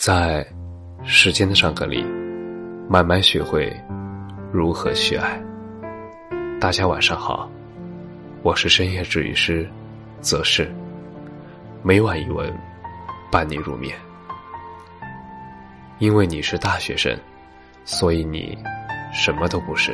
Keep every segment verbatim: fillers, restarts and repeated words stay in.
在时间的长河里，慢慢学会如何去爱。大家晚上好，我是深夜治愈师则是，每晚一文伴你入眠。因为你是大学生，所以你什么都不是。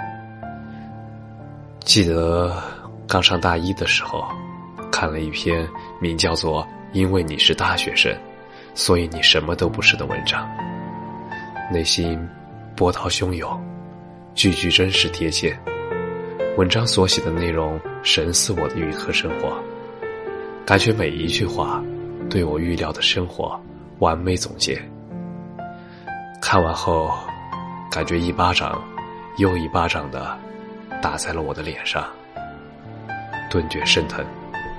记得刚上大一的时候，看了一篇名叫做《因为你是大学生，所以你什么都不是》的文章，内心波涛汹涌，句句真实贴切。文章所写的内容神似我的预科生活，感觉每一句话对我预料的生活完美总结。看完后，感觉一巴掌又一巴掌的打在了我的脸上，顿觉生疼。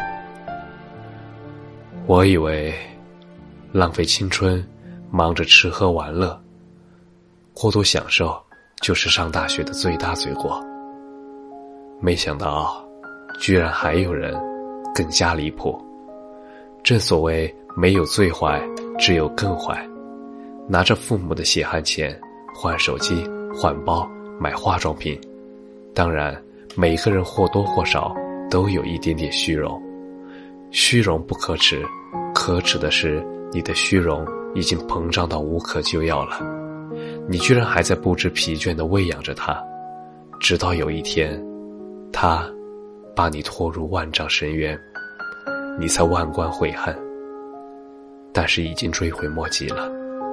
我以为浪费青春，忙着吃喝玩乐，过度享受就是上大学的最大罪过。没想到居然还有人更加离谱。正所谓没有最坏，只有更坏。拿着父母的血汗钱换手机换包买化妆品，当然每个人或多或少都有一点点虚荣。虚荣不可耻，可耻的是你的虚荣已经膨胀到无可救药了，你居然还在不知疲倦地喂养着它，直到有一天它把你拖入万丈深渊，你才万般悔恨，但是已经追悔莫及了。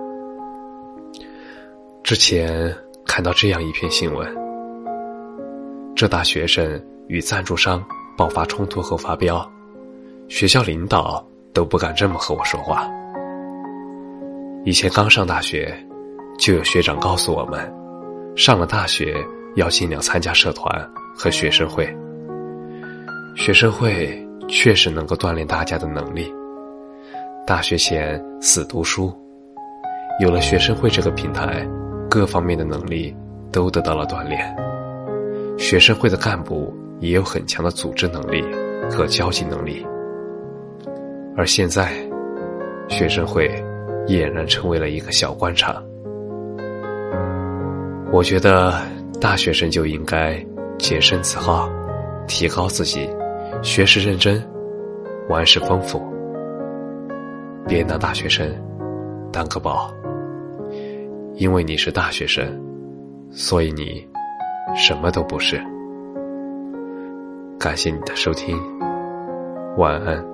之前看到这样一篇新闻，浙大学生与赞助商爆发冲突后发飙，学校领导都不敢这么和我说话。以前刚上大学，就有学长告诉我们，上了大学要尽量参加社团和学生会。学生会确实能够锻炼大家的能力。大学前死读书，有了学生会这个平台，各方面的能力都得到了锻炼。学生会的干部也有很强的组织能力和交际能力。而现在，学生会俨然成为了一个小官场。我觉得大学生就应该洁身自好，提高自己，学识认真，玩世丰富。别拿大学生当个宝。因为你是大学生，所以你什么都不是。感谢你的收听，晚安。